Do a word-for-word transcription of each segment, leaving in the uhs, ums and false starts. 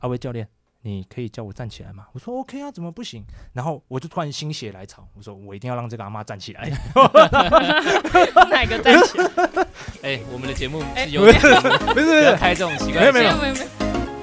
阿威教练，你可以叫我站起来吗？我说 OK 啊，怎么不行？然后我就突然心血来潮，我说我一定要让这个阿妈站起来。 哪个站起来？哎、欸，我们的节目是有点、欸、 不是不是开这种奇怪的， 没有没有没有。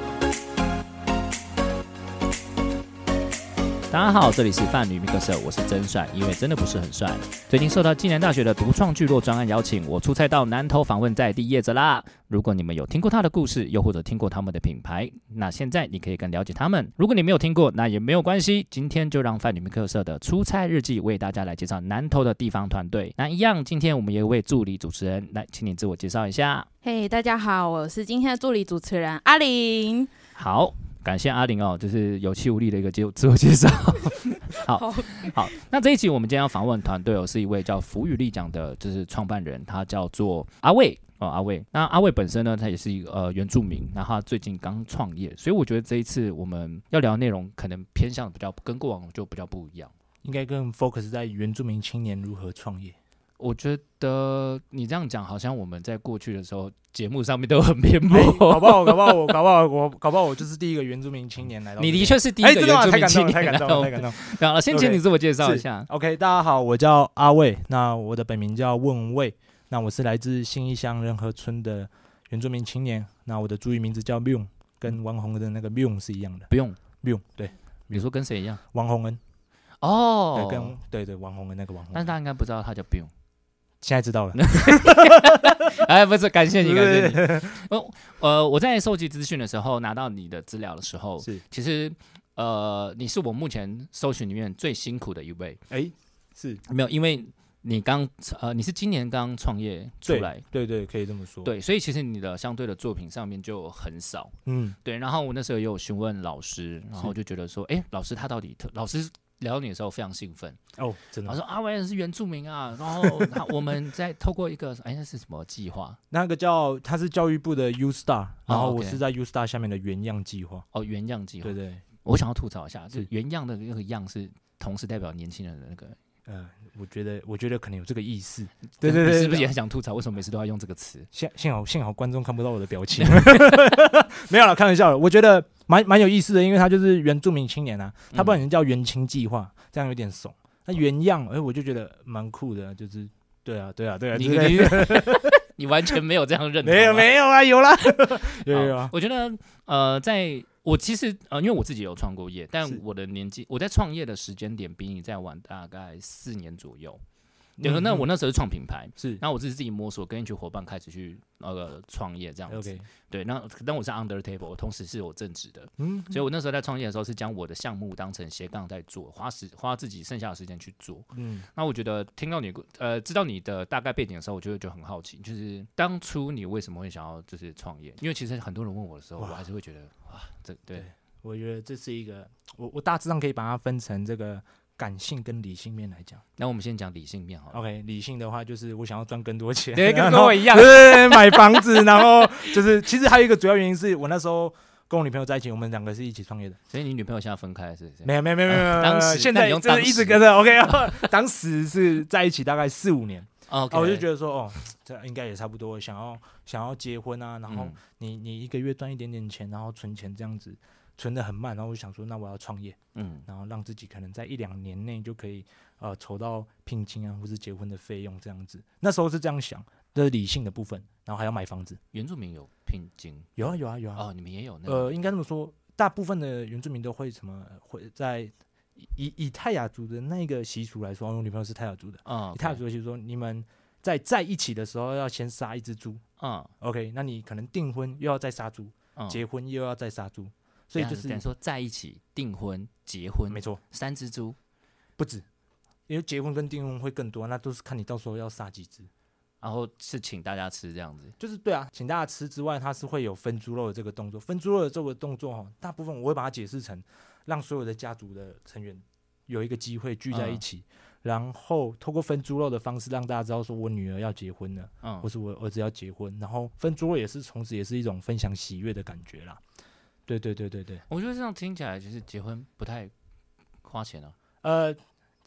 大家好，这里是泛女密克社，我是真帅，因为真的不是很帅。最近受到暨南大学的独创聚落专案邀请，我出差到南投访问在地业者啦。如果你们有听过他的故事，又或者听过他们的品牌，那现在你可以更了解他们。如果你没有听过，那也没有关系。今天就让泛女密克社的出差日记为大家来介绍南投的地方团队。那一样，今天我们有一位助理主持人，来，请你自我介绍一下。 嘿、hey, 大家好，我是今天的助理主持人阿玲。 好。感谢阿玲哦，就是有气无力的一个自我介绍。好好，那这一集我们今天要访问团队哦，是一位叫福语力奖的，就是创办人，他叫做阿卫哦，阿卫。那阿卫本身呢，他也是一个呃原住民，然后他最近刚创业，所以我觉得这一次我们要聊的内容可能偏向比较跟过往就比较不一样， 应该更 focus 在原住民青年如何创业。 我觉得你这样讲，好像我们在过去的时候节目上面都很偏颇、 欸。搞不好，搞不好，我搞不好，我搞不好，我就是第一个原住民青年来到。 你的确是第一个原住民青年来到。太感动了，太感动了！ 好了，先请你自我介绍一下。 OK， 大家好，我叫阿卫，那我的本名叫问卫，那我是来自信义乡仁和村的原住民青年。那我的族语名字叫 Myung， 跟王洪的那个 Myung 是一样的。 不用 Myung， 对。 你说跟谁一样？ 王洪恩。 哦， 对，跟对对王洪恩那个王洪恩。 但是他应该不知道他叫 Myung。 现在知道了， 哎，不是，感谢你，感谢你。呃，我在收集资讯的时候，拿到你的资料的时候， 是其实呃，你是我目前搜寻里面最辛苦的一位。 哎，是没有，因为你刚呃，你是今年刚创业出来， 对 对, 对，可以这么说。 对，所以其实你的相对的作品上面就很少。嗯，对。然后我那时候也有询问老师，然后就觉得说，哎，老师他到底老师。聊到你的时候非常兴奋哦，真的。 他说阿威是原住民啊，然后我们在透过一个哎那是什么计划？ 那个叫他是教育部的 U Star， 然后我是在 U Star 下面的原样计划。 哦，原样计划。对对， 我想要吐槽一下，是原样的那个样是同时代表年轻人的那个。 呃，我觉得，我觉得可能有这个意思。对对 对, 对， 你是不是也很想吐槽？为什么每次都要用这个词？ 幸幸好幸好观众看不到我的表情，没有啦，开玩笑的。我觉得蛮蛮有意思的，因为他就是原住民青年啊，他不然叫原青计划，这样有点怂。那原样，哎，我就觉得蛮酷的，就是对啊，对啊，对啊， 你你你完全没有这样认同？ 没有没有啊，有啦，有有啊。 我觉得呃，在。我其实呃，因为我自己有创过业，但我的年纪，我在创业的时间点比你再晚大概四年左右。对，嗯、那我那时候是创品牌，是，然后我自己自己摸索，跟一群伙伴开始去那个创业这样子。Okay. 对，那但我是 under table， 我同时是有正职的，嗯，所以我那时候在创业的时候是将我的项目当成斜杠在做，花时花自己剩下的时间去做。嗯，那我觉得听到你呃知道你的大概背景的时候，我就就很好奇，就是当初你为什么会想要就是创业？因为其实很多人问我的时候，我还是会觉得哇，这 对, 对， 我觉得这是一个我我大致上可以把它分成这个。感性跟理性面来讲， 那我们先讲理性面好了。 OK， 理性的话就是我想要赚更多钱， 对，跟跟我一样， 对，买房子，然后就是其实还有一个主要原因是我那时候跟我女朋友在一起，我们两个是一起创业的。 所以你女朋友现在分开是不是？ 没有没有没有没有， 呃、当时现在就是一直跟着 OK， 当时是在一起大概四五年。OK， 啊、我就觉得说哦，这应该也差不多，想要想要结婚啊，然后你、嗯、你一个月赚一点点钱，然后存钱这样子。存得很慢，然后我就想说，那我要创业，嗯，然后让自己可能在一两年内就可以呃筹到聘金啊，或是结婚的费用这样子。那时候是这样想，这是理性的部分，然后还要买房子。 原住民有聘金？有啊有啊有啊。 哦，你们也有那個？ 呃，应该这么说，大部分的原住民都会什么会在以以泰雅族的那个习俗来说，我女朋友是泰雅族的，嗯， okay. 以泰雅族的习俗说，你们在在一起的时候要先杀一只猪，嗯 ，OK， 那你可能订婚又要再杀猪，嗯，结婚又要再杀猪。所以就是等于说在一起订婚结婚， 没错， 三只猪不止，因为结婚跟订婚会更多，那都是看你到时候要杀几只， 然后是请大家吃这样子， 就是对啊，请大家吃之外，它是会有分猪肉的这个动作，分猪肉的这个动作哈，大部分我会把它解释成让所有的家族的成员有一个机会聚在一起，嗯、然后透过分猪肉的方式让大家知道说我女儿要结婚了，嗯，或是我儿子要结婚，然后分猪肉也是同时也是一种分享喜悦的感觉啦。对对对对对， 我觉得这样听起来就是结婚不太花钱啊。 呃，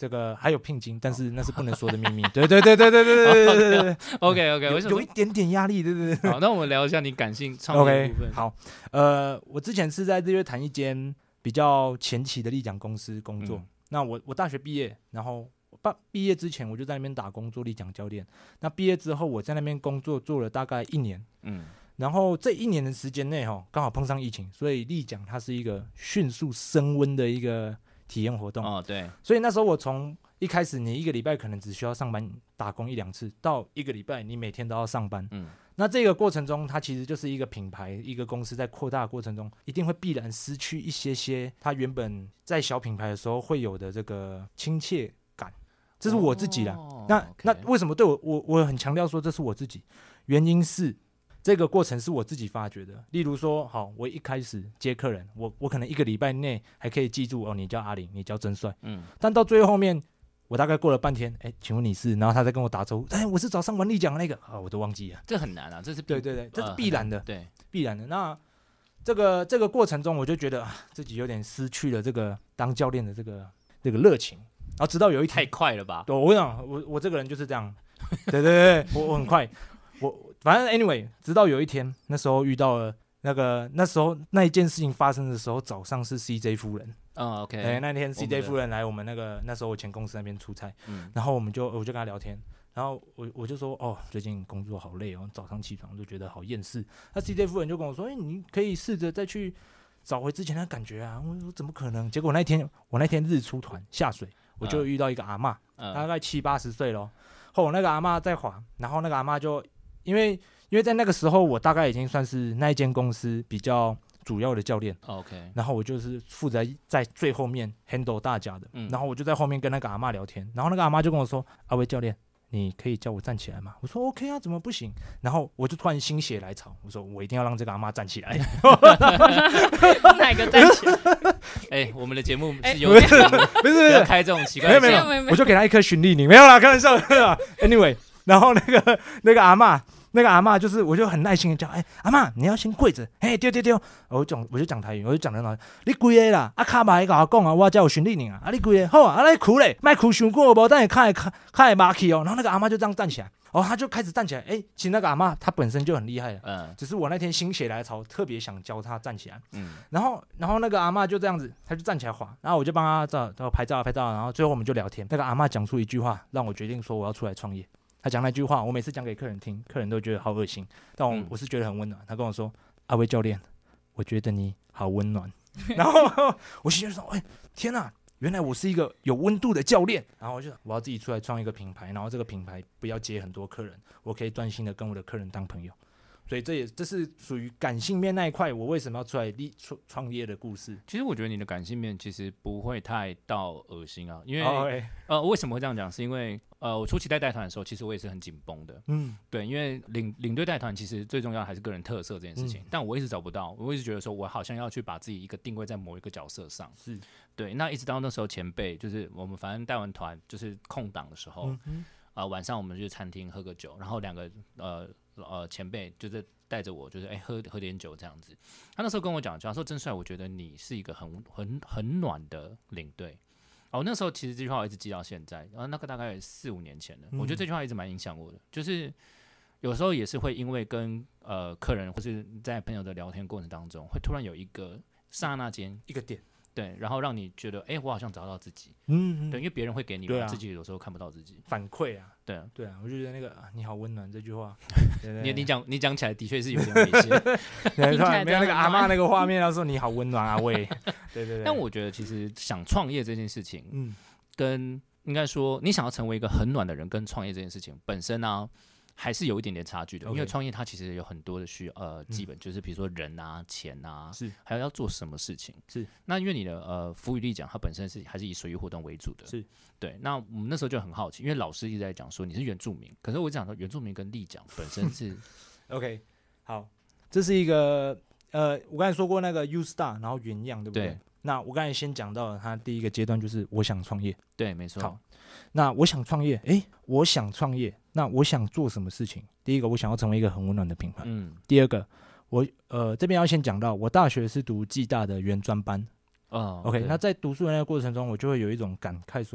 这个还有聘金，但是那是不能说的秘密。对对对对对对对对对对 OK OK， 有, 有一点点压力，对对对。 好，那我们聊一下你感性创业的部分。 OK， 好，呃，我之前是在日月潭一间比较前期的立桨公司工作。嗯、那我我大学毕业，然后毕业之前我就在那边打工做立桨教练。那毕业之后我在那边工作做了大概一年。嗯。然后这一年的时间内，哈，刚好碰上疫情，所以立桨它是一个迅速升温的一个体验活动。 哦，对。 所以那时候我从一开始，你一个礼拜可能只需要上班打工一两次，到一个礼拜你每天都要上班。嗯。那这个过程中，它其实就是一个品牌、一个公司在扩大的过程中，一定会必然失去一些些它原本在小品牌的时候会有的这个亲切感。这是我自己啦。哦、那、okay. 那为什么对我我我很强调说这是我自己？原因是。这个过程是我自己发掘的，例如说，好，我一开始接客人，我我可能一个礼拜内还可以记住哦，你叫阿林，你叫真帅，嗯，但到最后面，我大概过了半天，哎，请问你是？然后他再跟我打招呼，哎，我是早上玩立桨的那个，啊、哦，我都忘记了， 这很难啊，这是对对对，这是必然的，呃、 对， 必然的。那这个这个过程中，我就觉得、啊、自己有点失去了这个当教练的这个这个热情，然后直到有一天， 太快了吧？ 对，我想我我这个人就是这样，对对对，我我很快，我。反正 anyway， 直到有一天，那时候遇到了那个那时候那一件事情发生的时候，早上是 C J 夫人。 哦 ，OK。 哎，那天 C J 夫人来我们那个那时候我前公司那边出差，嗯，然后我们就我就跟他聊天，然后我我就说哦，最近工作好累哦，早上起床就觉得好厌世。那 C J 夫人就跟我说，哎，你可以试着再去找回之前的感觉啊。我说怎么可能？结果那天我那天日出团下水，我就遇到一个阿嬷，嗯、大概七八十岁咯。后我那个阿嬷在滑，然后那个阿嬷就。因为因为在那个时候，我大概已经算是那一间公司比较主要的教练。 OK， 然后我就是负责在最后面 handle 大家的。嗯，然后我就在后面跟那个阿嬷聊天，然后那个阿嬷就跟我说：“阿威教练，你可以叫我站起来吗？”我说 ：“OK 啊，怎么不行？”然后我就突然心血来潮，我说：“我一定要让这个阿嬷站起来。” 哪个站起来？ 哎、欸，我们的节目是有、欸、不是不是不要开这种奇怪的， 没有没有，我就给他一颗循利宁，没有啦，开玩笑。Anyway。然后那个那个阿嬷，那个阿嬷就是，我就很耐心的叫，哎、欸，阿嬷你要先跪着，嘿，对对对，我讲我就讲台语，我就讲得很好，你跪的啦，啊卡嘛，你跟我讲啊，我才有循利宁啊，啊你跪的，好啊，啊你哭嘞，别哭伤久，无等下卡会卡会麻起哦。然后那个阿嬷就这样站起来，哦，他就开始站起来，哎、欸，其实那个阿嬷她本身就很厉害了，嗯，只是我那天心血来潮，特别想教她站起来，嗯，然后然后那个阿嬷就这样子，她就站起来滑，然后我就帮她照，然后拍照拍照，然后最后我们就聊天，那个阿嬷讲出一句话，让我决定说我要出来创业。他讲那句话，我每次讲给客人听，客人都觉得好恶心，但我、嗯、我是觉得很温暖。他跟我说：“阿威教练，我觉得你好温暖。”然后我心里就说：“哎、欸，天哪，原来我是一个有温度的教练。”然后我就我要自己出来创一个品牌，然后这个品牌不要接很多客人，我可以专心的跟我的客人当朋友。所以这也这是属于感性面那一块，我为什么要出来立创业的故事。 其实我觉得你的感性面其实不会太到恶心啊，因为、 oh, okay. 呃为什么会这样讲？是因为呃我初期带带团的时候，其实我也是很紧绷的，嗯，对，因为领领队带团其实最重要还是个人特色这件事情，嗯、但我一直找不到，我一直觉得说我好像要去把自己一个定位在某一个角色上， 是对。那一直到那时候前辈就是我们反正带完团就是空档的时候，嗯嗯呃晚上我们去餐厅喝个酒，然后两个呃呃前辈就是带着我，就是哎、欸、喝喝点酒这样子。他那时候跟我讲，他说真帅，我觉得你是一个很很很暖的领队。哦，那时候其实这句话我一直记到现在，然后那个大概四五年前了，嗯、我觉得这句话一直蛮影响我的。就是有时候也是会因为跟呃客人或是在朋友的聊天过程当中，会突然有一个刹那间一个点。 对，然后让你觉得，哎、欸，我好像找到自己， 嗯, 嗯， 对，因为别人会给你， 对啊， 自己有时候看不到自己反馈啊， 对啊， 对啊，我就觉得那个、啊、你好温暖这句话， 对对对，你你讲你讲起来的确是有点危险， 对，突然没有那个阿嬷那个画面，他说你好温暖啊，喂，对对对。 但我觉得其实想创业这件事情，嗯，跟应该说你想要成为一个很暖的人，跟创业这件事情本身啊。还是有一点点差距的， okay. 因为创业它其实有很多的需要，呃，基本就是比如说人啊、钱啊， 是， 还有要做什么事情， 是。那因为你的呃服务立桨，它本身是还是以水域活动为主的， 是对。那我们那时候就很好奇，因为老师一直在讲说你是原住民，可是我讲说原住民跟立桨本身是 ，OK， 好，这是一个呃，我刚才说过那个 U Star， 然后原样，对不对？对。那我刚才先讲到了，它第一个阶段就是我想创业， 对，没错。 好，那我想创业，哎，我想创业。那我想做什么事情？第一个，我想要成为一个很温暖的品牌。嗯。第二个，我呃这边要先讲到，我大学是读暨大的原专班。哦。OK， 那在读书的那个过程中，我就会有一种感慨，说，哎，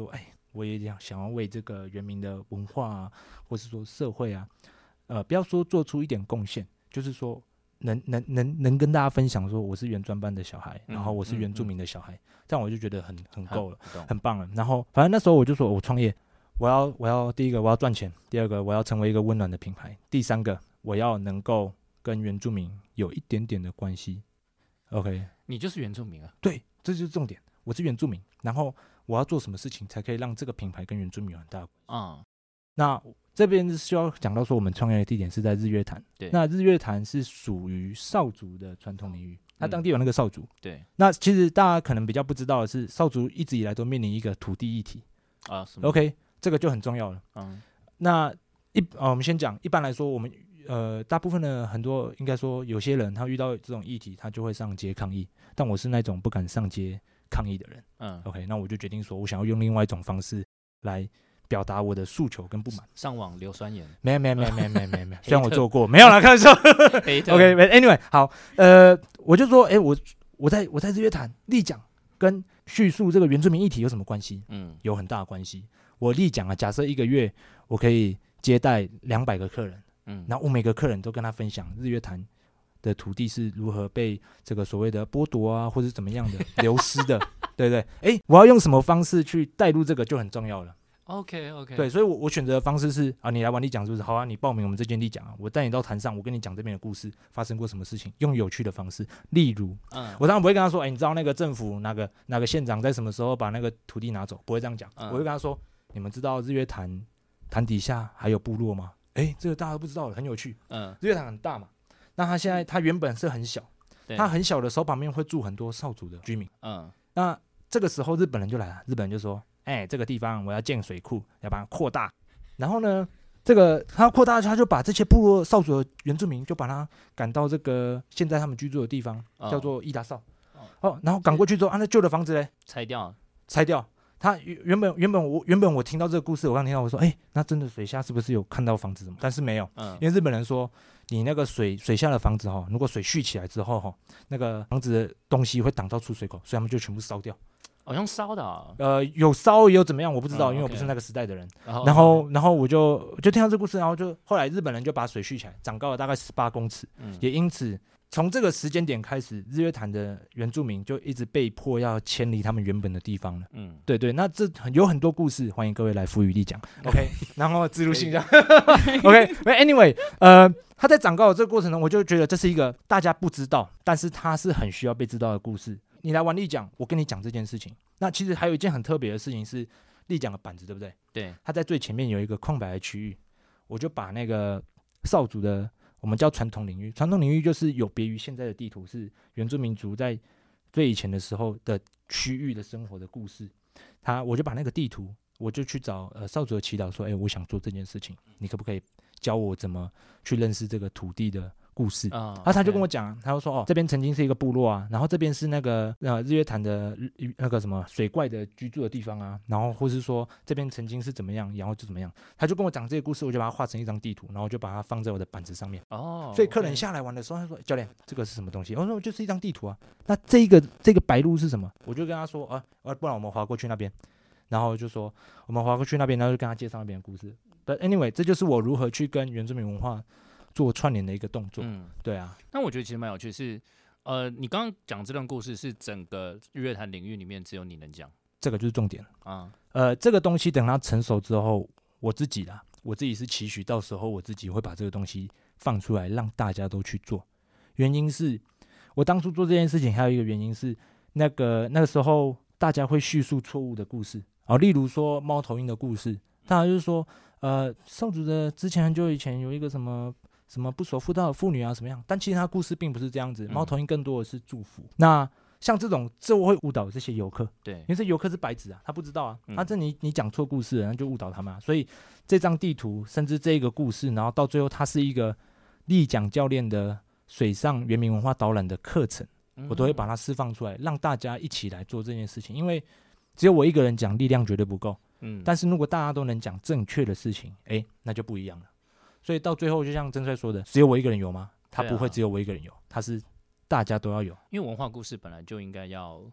我也想想要为这个原民的文化啊，或是说社会啊，呃，不要说做出一点贡献，就是说能能能能跟大家分享说我是原专班的小孩，然后我是原住民的小孩，嗯嗯嗯、这样我就觉得很很够了，很棒了。然后反正那时候我就说我创业，我要我要第一个我要赚钱，第二个我要成为一个温暖的品牌，第三个我要能够跟原住民有一点点的关系。OK， 你就是原住民啊？ 对，这就是重点，我是原住民，然后我要做什么事情才可以让这个品牌跟原住民有很大的关系？嗯，那这边是需要讲到说，我们创业的地点是在日月潭。对，那日月潭是属于少族的传统领域，它当地有那个少族。对、嗯，那其实大家可能比较不知道的是，少族一直以来都面临一个土地议题啊。OK， 这个就很重要了。嗯，那一、呃、我们先讲，一般来说，我们呃大部分的很多应该说有些人他遇到这种议题，他就会上街抗议，但我是那种不敢上街抗议的人。嗯 ，OK， 那我就决定说，我想要用另外一种方式来表达我的诉求跟不满。 上网硫酸盐？ 没有没有没有没有没有没有没有，虽然我做过，没有啦，开玩笑。OK，Anyway， 好，呃，我就说，哎、欸，我我在我在日月潭立讲跟叙述这个原住民议题有什么关系？嗯，有很大的关系。我立讲啊，假设一个月我可以接待两百个客人，嗯，然后我每个客人都跟他分享日月潭的土地是如何被这个所谓的剥夺啊，或者怎么样的流失的，对不对？哎，我要用什么方式去带入这个就很重要了。 OK OK， 对，所以我，我我选择的方式是啊，你来玩立讲是不是？好啊，你报名我们这间立讲啊，我带你到潭上，我跟你讲这边的故事，发生过什么事情，用有趣的方式，例如，嗯，我当然不会跟他说，哎，你知道那个政府哪个哪个县长在什么时候把那个土地拿走，不会这样讲，嗯、我会跟他说，你们知道日月潭潭底下还有部落吗？哎，这个大家都不知道了，很有趣。嗯，日月潭很大嘛，那它现在它原本是很小，它很小的时候旁边会住很多少族的居民，嗯，那这个时候日本人就来了，日本人就说。哎、欸，这个地方我要建水库，要把它扩大。然后呢，这个他扩大，他就把这些部落少族的原住民就把他赶到这个现在他们居住的地方，哦、叫做伊达少。哦，然后赶过去之后，啊，那旧的房子嘞， 拆掉， 拆掉。他原本原本我原本我听到这个故事，我刚听到我说，哎、欸，那真的水下是不是有看到房子什么？但是没有，嗯、因为日本人说，你那个水水下的房子哈，如果水蓄起来之后哈，那个房子的东西会挡到出水口，所以他们就全部烧掉。 好像烧的、啊， 呃，有烧也有怎么样，我不知道，嗯、因为我不是那个时代的人。哦、然后，然后我就就听到这故事，然后就后来日本人就把水蓄起来，长高了大概十八公尺，嗯、也因此从这个时间点开始，日月潭的原住民就一直被迫要迁离他们原本的地方了。嗯，对对，那这有很多故事，欢迎各位来福语力讲 ，OK， 然后植入性这样 ，OK，Anyway， 呃，他在长高的这个过程中，我就觉得这是一个大家不知道，但是他是很需要被知道的故事。你来玩立讲，我跟你讲这件事情。那其实还有一件很特别的事情是，立讲的板子对不对？对，它在最前面有一个空白的区域，我就把那个少族的，我们叫传统领域，传统领域就是有别于现在的地图，是原住民族在最以前的时候的区域的生活的故事。他，我就把那个地图，我就去找呃少族的祈祷说，哎，我想做这件事情，你可不可以教我怎么去认识这个土地的故事，然后、oh, 他就跟我讲，他就说哦，这边曾经是一个部落啊，然后这边是那个呃日月潭的那个什么水怪的居住的地方啊，然后或是说这边曾经是怎么样，然后就怎么样，他就跟我讲这个故事，我就把它画成一张地图，然后就把它放在我的板子上面。哦， oh, 所以客人下来玩的时候，他说教练，这个是什么东西？我说就是一张地图啊。那这一个这个白鹭是什么？我就跟他说啊，不然我们划过去那边，然后就说我们划过去那边，然后就跟他介绍那边的故事。But anyway， 这就是我如何去跟原住民文化做串联的一个动作。嗯，对啊。 那我觉得其实蛮有趣的是，呃，你刚刚讲这段故事是整个日月潭领域里面只有你能讲， 这个就是重点啊。呃，这个东西等它成熟之后，我自己啦，我自己是期许到时候我自己会把这个东西放出来，让大家都去做。原因是我当初做这件事情，还有一个原因是那个那个时候大家会叙述错误的故事啊，例如说猫头鹰的故事，大家就是说。呃，少族的之前很久以前有一个什么什么不守妇道的妇女啊，什么样？但其实他故事并不是这样子，猫头鹰更多的是祝福。嗯、那像这种，这会误导这些游客，对，因为这游客是白纸啊，他不知道啊，他、嗯啊、这你你讲错故事了，那就误导他们、啊。所以这张地图，甚至这个故事，然后到最后，它是一个立讲教练的水上原民文化导览的课程，嗯、我都会把它释放出来，让大家一起来做这件事情，因为只有我一个人讲，力量绝对不够。嗯，但是如果大家都能讲正确的事情，哎，那就不一样了。所以到最后，就像曾帅说的，只有我一个人有吗？他不会只有我一个人有，他是大家都要有。 因为文化故事本来就应该要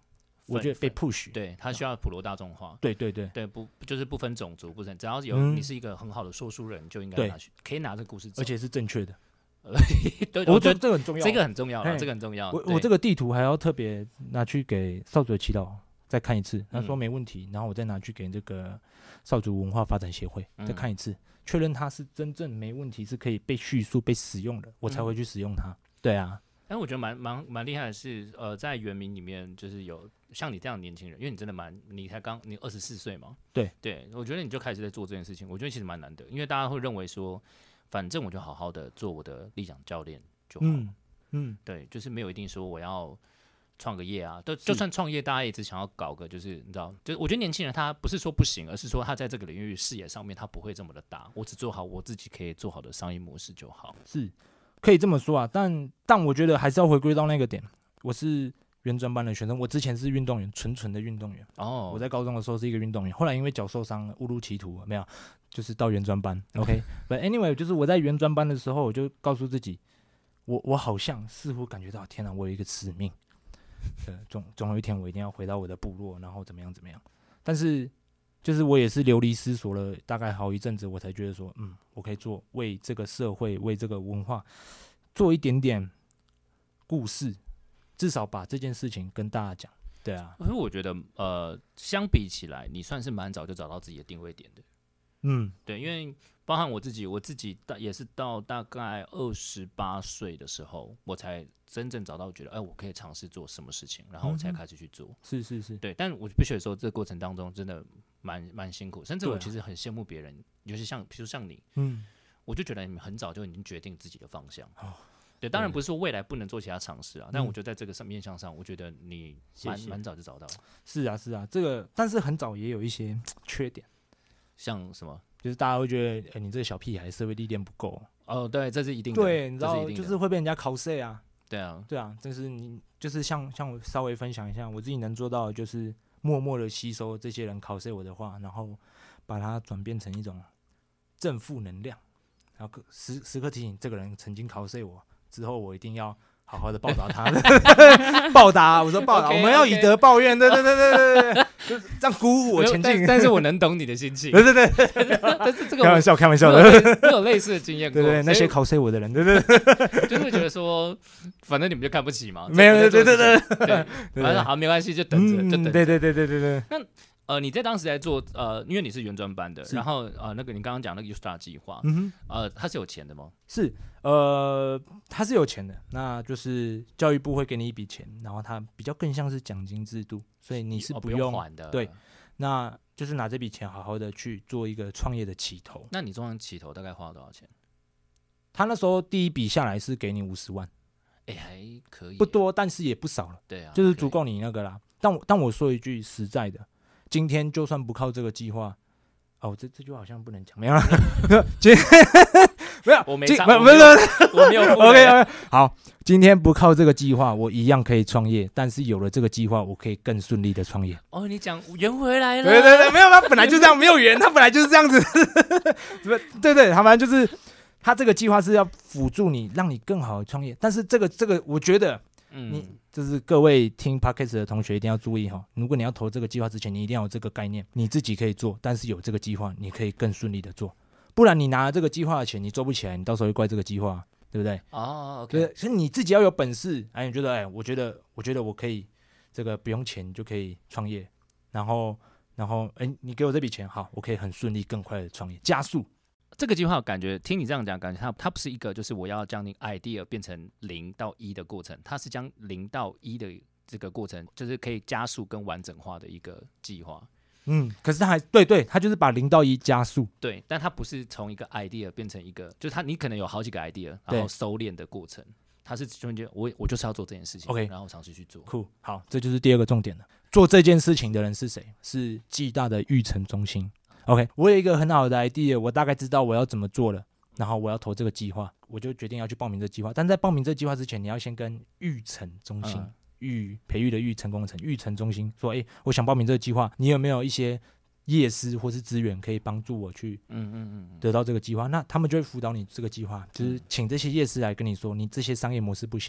我觉得被 push， 对，他需要普罗大众化， 对对对对，不就是不分种族，不分，只要有、嗯、你是一个很好的说书人，就应该拿去可以拿这个故事走， 而且是正确的。 对， 我觉得这个很重要， 这个很重要了，这个很重要。 我我这个地图还要特别拿去给少主的祈祷再看一次，他说没问题，然后我再拿去给这个少主文化发展协会再看一次，确认它是真正没问题，是可以被叙述、被使用的，我才会去使用它。对啊。 但我觉得蛮蛮蛮厉害的是，呃，在原民里面，就是有像你这样的年轻人，因为你真的蛮，你才刚你二十四岁嘛， 对对，我觉得你就开始在做这件事情，我觉得其实蛮难得，因为大家会认为说，反正我就好好的做我的立桨教练就好，嗯嗯，对，就是没有一定说我要创个业啊，就就算创业，大家也只想要搞个，就是你知道，就是我觉得年轻人他不是说不行，而是说他在这个领域视野上面他不会这么的大，我只做好我自己可以做好的商业模式就好， 是。可以这么说啊，但但我觉得还是要回归到那个点。我是原专班的学生，我之前是运动员，纯纯的运动员。哦，我在高中的时候是一个运动员，后来因为脚受伤，误入歧途，没有，就是到原专班。OK，But anyway， 就是我在原专班的时候，我就告诉自己，我我好像似乎感觉到，天哪，我有一个使命，呃，总总有一天我一定要回到我的部落，然后怎么样怎么样。但是就是我也是流离失所了大概好一阵子，我才觉得说，嗯，我可以做为这个社会、为这个文化做一点点故事，至少把这件事情跟大家讲。对啊， 可是我觉得，呃，相比起来，你算是蛮早就找到自己的定位点的。嗯，对，因为包含我自己，我自己也是到大概二十八岁的时候，我才真正找到觉得，哎，我可以尝试做什么事情，然后我才开始去做。 嗯、是是是， 对，但我必须说，这个过程当中真的蛮蛮辛苦，甚至我其实很羡慕别人，尤其像比如像你，嗯，我就觉得你们很早就已经决定自己的方向。哦，对，当然不是说未来不能做其他尝试啊，但我觉得在这个面向上，我觉得你蛮蛮早就找到了。 是啊是啊，这个但是很早也有一些缺点。 像什么？ 就是大家会觉得，哎、欸，你这个小屁孩，社会历练不够。 哦，对，这是一定的。 对，你知道，就是会被人家考试啊。 对啊， 对啊，就是你，就是像像我稍微分享一下，我自己能做到的，就是默默的吸收这些人考试我的话，然后把它转变成一种正负能量，然后时时刻提醒这个人曾经考试我，之后我一定要好好的报答他，报答，我说报答， okay, 我们要以德报怨，对对对对对对，就是这样鼓舞我前进。 但是我能懂你的心情， 对对对， 但是这个开玩笑开玩笑的， 我有类似的经验过。 对对，那些考谁我的人，对对对， 就是觉得说，反正你们就看不起嘛， 没有，对对对对，反正好没关系，就等着，就等着。 对对对对对对。 那呃，你在当时在做呃，因为你是原专班的，然后呃，那个你刚刚讲那个 U-Star 计划，嗯哼，呃，他是有钱的吗？ 是，呃，他是有钱的，那就是教育部会给你一笔钱，然后他比较更像是奖金制度，所以你是不用、 哦、不用还的。 对，那就是拿这笔钱好好的去做一个创业的起头。 那你这样起头大概花了多少钱？ 他那时候第一笔下来是给你五十万， 哎、欸，还可以， 不多，但是也不少了。 对啊， 就是足够你那个啦。但我但我说一句实在的。今天就算不靠这个计划，哦，这这句话好像不能讲，没有了。今天没有， 我没唱， 没有， 没有，我没有。 OK OK， 好，今天不靠这个计划，我一样可以创业，但是有了这个计划，我可以更顺利的创业。 哦，你讲圆回来了？ 对对对，没有，他本来就这样，没有圆，他本来就是这样子。对对，他反正就是他这个计划是要辅助你，让你更好的创业，但是这个这个，我觉得。你、嗯、就是各位听 Podcast 的同学一定要注意哈，如果你要投这个计划之前，你一定要有这个概念，你自己可以做，但是有这个计划，你可以更顺利的做，不然你拿了这个计划的钱，你做不起来，你到时候会怪这个计划，对不对？ 哦 ，OK， 所以你自己要有本事，哎，你觉得，哎，我觉得，我觉得我可以，这个不用钱就可以创业，然后，然后，哎，你给我这笔钱，好，我可以很顺利、更快的创业，加速。 这个计划感觉听你这样讲，感觉它它不是一个就是我要将你 idea 变成零到一的过程，它是将零到一的这个过程，就是可以加速跟完整化的一个计划。 嗯，可是它还对对，它就是把零到一加速。 对，但它不是从一个 idea 变成一个，就是它你可能有好几个 idea， 然后收敛的过程。它是中间我我就是要做这件事情 ，OK， 然后尝试去做。 酷，好，这就是第二个重点了。做这件事情的人是谁？是暨大的育成中心。OK， 我有一个很好的 idea， 我大概知道我要怎么做了，然后我要投这个计划，我就决定要去报名这个计划。但在报名这个计划之前，你要先跟育成中心、嗯、育培育的育成功的成育成中心说，哎，我想报名这个计划，你有没有一些业师或是资源可以帮助我去嗯嗯嗯得到这个计划？那他们就会辅导你这个计划，就是请这些业师来跟你说，你这些商业模式不行，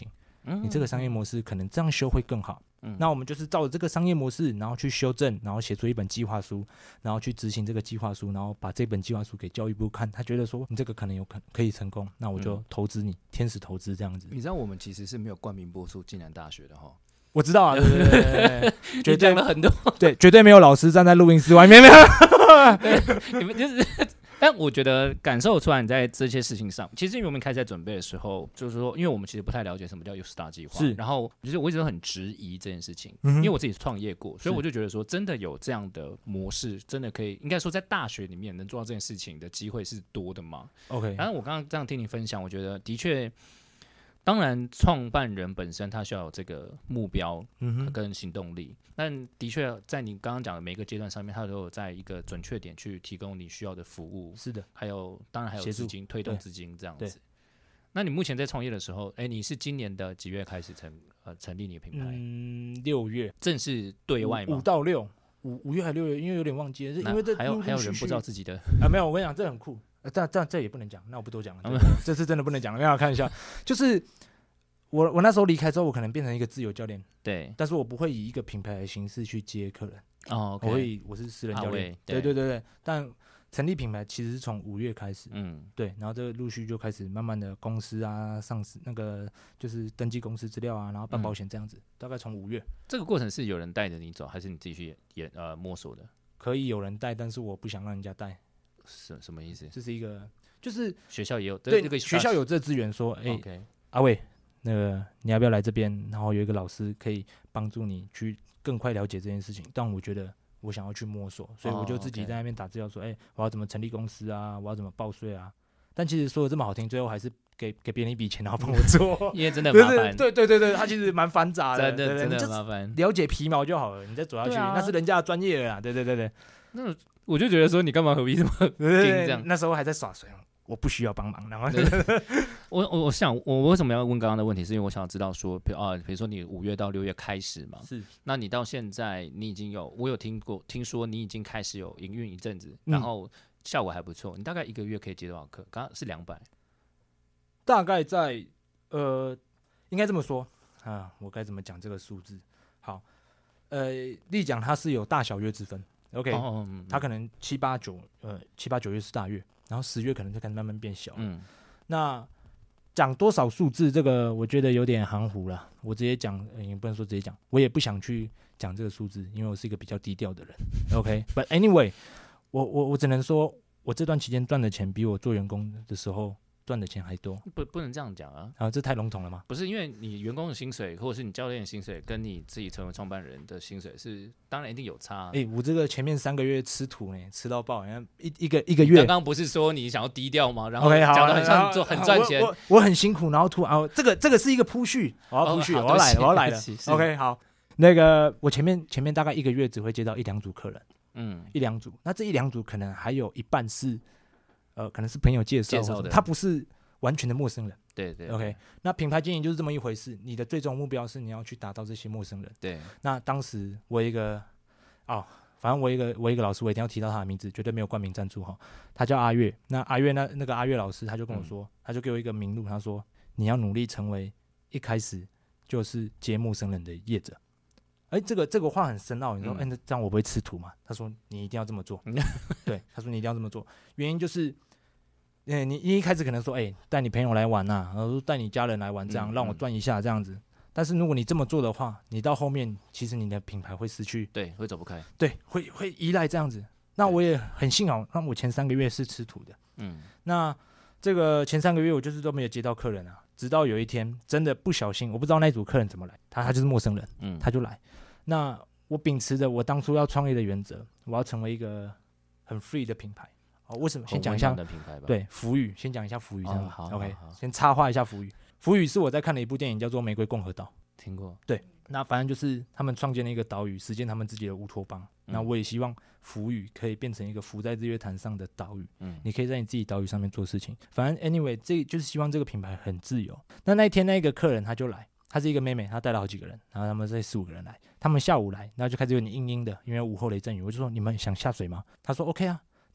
嗯、你这个商业模式可能这样修会更好。嗯、那我们就是照着这个商业模式，然后去修正，然后写出一本计划书，然后去执行这个计划书，然后把这本计划书给教育部看，他觉得说你这个可能有可可以成功，那我就投资你、嗯、天使投资这样子。 你知道我们其实是没有冠名播出暨南大学的哈。 我知道啊，对对对对对， 绝对了很多， 对，绝对没有老师站在录音室外面，没有。 你们就是。但我觉得感受出来你在这些事情上，其实因为我们开始在准备的时候，就是说，因为我们其实不太了解什么叫 U-Star 计划，是，然后就是我一直都很质疑这件事情，嗯、因为我自己创业过，所以我就觉得说，真的有这样的模式，真的可以，应该说在大学里面能做到这件事情的机会是多的吗 ？OK， 然后我刚刚这样听你分享，我觉得的确。当然，创办人本身他需要有这个目标跟行动力，嗯、但的确在你刚刚讲的每一个阶段上面，他都有在一个准确点去提供你需要的服务。 是的， 还有当然还有资金推动资金这样子。那你目前在创业的时候，哎，你是今年的几月开始成呃成立你的品牌？ 嗯，六月正式对外吗？ 五到六，五五月还六月，因为有点忘记了，是因为这还有还有人不知道自己的啊？没有，我跟你讲，这很酷。但但这也不能讲，那我不多讲了。这次真的不能讲了，让我看一下。就是我我那时候离开之后，我可能变成一个自由教练， 对， 但是我不会以一个品牌的形式去接客人。 哦， okay、 我会以我是私人教练，对对对对。但成立品牌其实是从五月开始，嗯，对，然后这个陆续就开始慢慢的公司啊、上市那个就是登记公司资料啊，然后办保险这样子，嗯、大概从五月。 这个过程是有人带着你走，还是你自己去也呃摸索的？ 可以有人带，但是我不想让人家带。 是什么意思？ 这是一个，就是学校也有对那个学校有这资源，说，哎、欸 okay 阿伟，那个你要不要来这边？然后有一个老师可以帮助你去更快了解这件事情。但我觉得我想要去摸索，所以我就自己在那边打资料说，哎、欸，我要怎么成立公司啊？我要怎么报税啊？但其实说的这么好听，最后还是给给别人一笔钱，然后帮我做， 因为真的麻烦。 对对对对，他其实蛮繁杂的， 真的真的很麻烦。 了解皮毛就好了，你再走下去，啊、那是人家的专业了啦。对对对对， 那我就觉得说，你干嘛何必这么硬这样？ 那时候还在耍水，我不需要帮忙。然后我我我想，我为什么要问刚刚的问题？是因为我想要知道说，比如啊，比如说你五月到六月开始嘛， 是， 那你到现在你已经有，我有听过听说你已经开始有营运一阵子，然后效果还不错。你大概一个月可以接多少课？刚刚是两百， 大概在呃，应该这么说啊，我该怎么讲这个数字？好，呃，例讲它是有大小月之分。OK，哦嗯嗯、他可能七八九呃七八九月是大月，然后十月可能就开始慢慢变小。嗯，那讲多少数字，这个我觉得有点含糊了。我直接讲，也、呃、不能说直接讲，我也不想去讲这个数字，因为我是一个比较低调的人。OK，But、okay? anyway， 我我我只能说，我这段期间赚的钱比我做员工的时候赚的钱还多。 不不能这样讲啊！ 啊，这太笼统了吗？ 不是，因为你员工的薪水，或者是你教练的薪水，跟你自己成为创办人的薪水是，当然一定有差、啊。 哎、欸，我这个前面三个月吃土呢，吃到爆，一一个一个月。 刚刚不是说你想要低调吗？然后讲的很像做很赚钱。 我, 我, 我很辛苦，然后突然、哦，这个这个是一个铺叙，我要铺叙、哦，我要来了，我要来了。OK， 好，那个我前面前面大概一个月只会接到一两组客人，嗯，一两组。那这一两组可能还有一半是，呃，可能是朋友介绍，介绍的，他不是完全的陌生人。 对 对, 对 ，OK， 那品牌经营就是这么一回事。你的最终目标是你要去达到这些陌生人。 对， 那当时我一个哦，反正我一个我一个老师，我一定要提到他的名字，绝对没有冠名赞助哈。他叫阿月，那阿月那那个阿月老师他就跟我说，嗯、他就给我一个名录，他说你要努力成为一开始就是接陌生人的业者。哎、欸，这个这个话很深奥，你说，哎、嗯欸，那这样我不会吃土吗？他说你一定要这么做。对，他说你一定要这么做，原因就是。欸、你一开始可能说，哎、欸，带你朋友来玩呐、啊，然后带你家人来玩，这样、嗯、让我赚一下这样子。但是如果你这么做的话，你到后面其实你的品牌会失去， 对，会走不开， 对，会会依赖这样子。那我也很幸好，那我前三个月是吃土的，嗯，那这个前三个月我就是都没有接到客人啊，直到有一天真的不小心，我不知道那组客人怎么来，他他就是陌生人，嗯，他就来。那我秉持着我当初要创业的原则，我要成为一个很 free 的品牌。哦，为什么？先讲一下对福语，先讲一下福语这样。哦、好 ，OK， 好好先插话一下福语。福语是我在看的一部电影，叫做《玫瑰共和岛》， 听过。 对，那反正就是他们创建了一个岛屿，实现他们自己的乌托邦。嗯、那我也希望福语可以变成一个浮在日月潭上的岛屿。嗯，你可以在你自己岛屿上面做事情。反正 anyway， 这就是希望这个品牌很自由。那那一天那个客人他就来，她是一个妹妹，她带了好几个人，然后他们这四五个人来，他们下午来，然后就开始有点阴阴的，因为午后雷阵雨，我就说你们想下水吗？他说 OK 啊。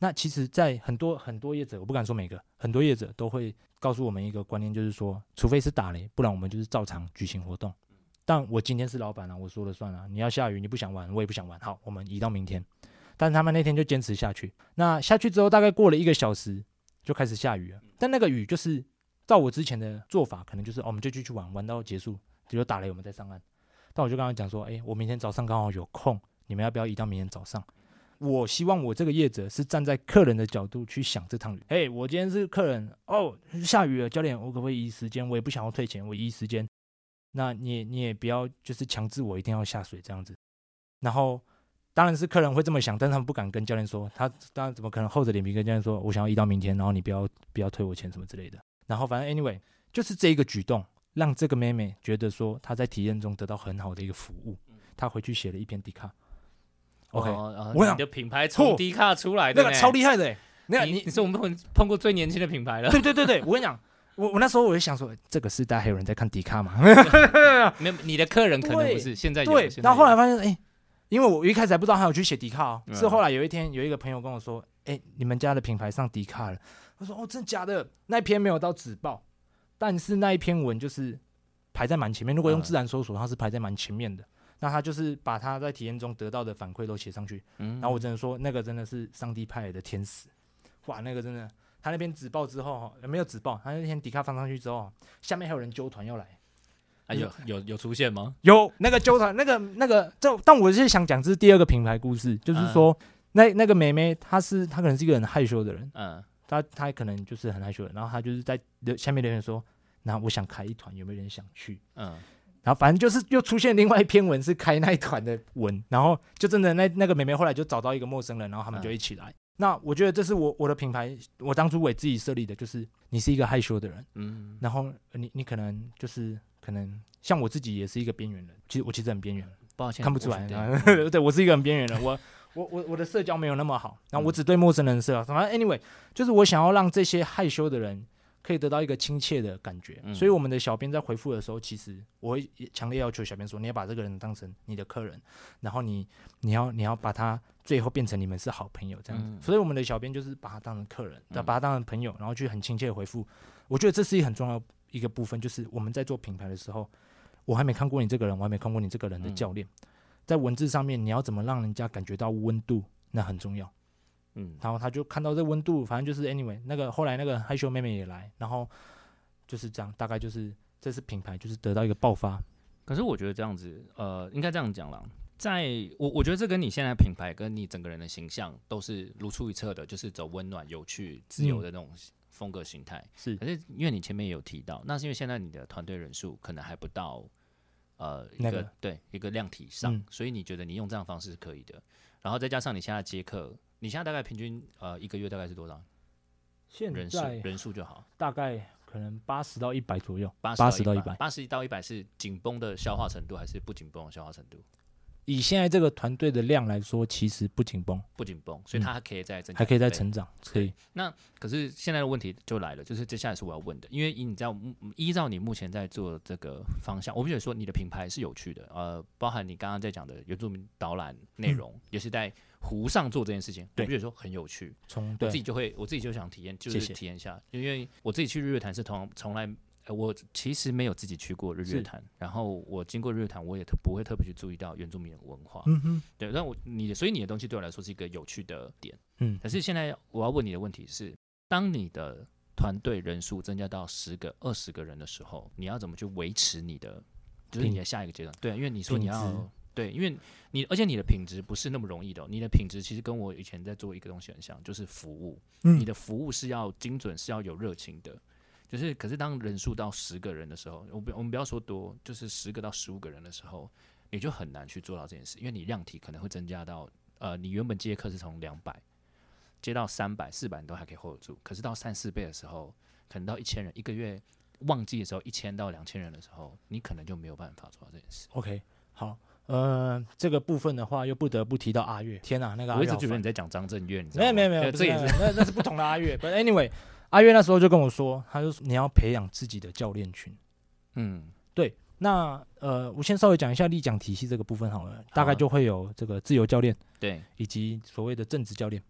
那其实在很多很多业者，我不敢说每个，很多业者都会告诉我们一个观念，就是说除非是打雷，不然我们就是照常举行活动。但我今天是老板啊，我说了算啊，你要下雨你不想玩我也不想玩，好，我们移到明天。但是他们那天就坚持下去，那下去之后大概过了一个小时就开始下雨了，但那个雨就是照我之前的做法，可能就是、哦、我们就继续玩玩到结束，只有打雷我们再上岸。但我就跟他讲说，哎，我明天早上刚好有空，你们要不要移到明天早上？我希望我这个业者是站在客人的角度去想这趟雨。嘿，我今天是客人哦，下雨了，教练，我可不可以移时间？我也不想要退钱，我移时间。那你也你也不要就是强制我一定要下水这样子。然后当然是客人会这么想，但是他们不敢跟教练说，他当然怎么可能厚着脸皮跟教练说，我想要移到明天，然后你不要不要退我钱什么之类的。然后反正 anyway 就是这一个举动，让这个妹妹觉得说她在体验中得到很好的一个服务，她回去写了一篇 D 卡。OK，、 哦、我想你的品牌从 D 卡出来的， 那个超厉害的、欸。那你你是我们碰碰过最年轻的品牌了。 对对对对，我跟你讲，我我那时候我就想说，这个时代还有人在看 D 卡吗？ 没有，你的客人可能不是，现在有。 对，然后后来发现，哎、欸，因为我一开始还不知道他有去写 D 卡哦，嗯、是后来有一天有一个朋友跟我说，哎、欸，你们家的品牌上 D 卡了。我说哦，真的假的？那一篇没有到纸报，但是那一篇文就是排在蛮前面。如果用自然搜索，它是排在蛮前面的。那他就是把他在体验中得到的反馈都写上去，嗯、然后我真的说那个真的是上帝派来的天使，哇，那个真的，他那边纸报之后没有纸报，他那天迪卡放上去之后，下面还有人揪团要来， 啊、有有有出现吗？ 有那个揪团，那个那个，这但我是想讲这是第二个品牌故事，就是说、嗯、那那个妹妹她是她可能是一个很害羞的人，嗯，她她可能就是很害羞的，然后她就是在下面留言说，那我想开一团，有没有人想去？嗯。然后反正就是又出现另外一篇文是开那一团的文，然后就真的那那个妹妹后来就找到一个陌生人，然后他们就一起来。嗯、那我觉得这是我我的品牌，我当初为自己设立的，就是你是一个害羞的人，嗯，然后你你可能就是可能像我自己也是一个边缘人，其实我其实很边缘， 抱歉看不出来，对, 对我是一个很边缘人，我我我我的社交没有那么好，然后我只对陌生人社交，反正 anyway 就是我想要让这些害羞的人可以得到一个亲切的感觉、嗯、所以我们的小编在回复的时候，其实我会强烈要求小编说，你要把这个人当成你的客人，然后你你要你要把他最后变成你们是好朋友这样子、嗯、所以我们的小编就是把他当成客人、嗯、把他当成朋友，然后去很亲切的回复。我觉得这是一个很重要的一个部分，就是我们在做品牌的时候，我还没看过你这个人，我还没看过你这个人的教练、嗯、在文字上面你要怎么让人家感觉到温度，那很重要。嗯，然后他就看到这温度，反正就是 anyway 那个后来那个害羞妹妹也来，然后就是这样，大概就是这是品牌就是得到一个爆发。 可是我觉得这样子，呃，应该这样讲啦，在我我觉得这跟你现在品牌跟你整个人的形象都是如出一辙的，就是走温暖、有趣、自由的那种风格形态。是、嗯，可是因为你前面也有提到，那是因为现在你的团队人数可能还不到呃一个、那个、对一个量体上、嗯，所以你觉得你用这样的方式是可以的。然后再加上你现在接客。你现在大概平均呃一个月大概是多少？ 现在人数人数就好， 大概可能八十到一百左右， 八十到一百，八十到一百是紧绷的消化程度还是不紧绷的消化程度？ 以现在这个团队的量来说，其实不紧绷， 不紧绷，所以它还可以再增加、嗯， 还可以再成长，可以。 那可是现在的问题就来了，就是接下来是我要问的，因为你知道，依照你目前在做这个方向，我必须说你的品牌是有趣的，呃，包含你刚刚在讲的原住民导览内容，嗯、也是在湖上做这件事情，我必须说很有趣。从我自己就会，我自己就想体验，就是体验一下，謝謝因为我自己去日月潭是从从来。我其实没有自己去过日月潭，然后我经过日月潭，我也不会特别去注意到原住民的文化。嗯哼，对，但我你的，所以你的东西对我来说是一个有趣的点。嗯，可是现在我要问你的问题是，当你的团队人数增加到十个、二十个人的时候，你要怎么去维持你的，就是你的下一个阶段？对，因为你说你要对，因为你而且你的品质不是那么容易的、哦，你的品质其实跟我以前在做一个东西很像，就是服务。嗯，你的服务是要精准，是要有热情的。就是，可是当人数到十个人的时候，我我们不要说多，就是十个到十五个人的时候，你就很难去做到这件事，因为你量体可能会增加到，呃，你原本接客是从两百接到三百、四百，你都还可以 hold 得住，可是到三四倍的时候，可能到一千人，一个月旺季的时候，一千到两千人的时候，你可能就没有办法做到这件事。 OK， 好。呃，这个部分的话，又不得不提到阿月。天哪，那个阿月， 我一直觉得你在讲张震岳，你知道吗？ 没有没有没有，这也是那那是不同的阿月。But anyway， 阿月那时候就跟我说，他就说你要培养自己的教练群。嗯，对。那呃，我先稍微讲一下立奖体系这个部分好了，大概就会有这个自由教练， 对， 以及所谓的正职教练。嗯，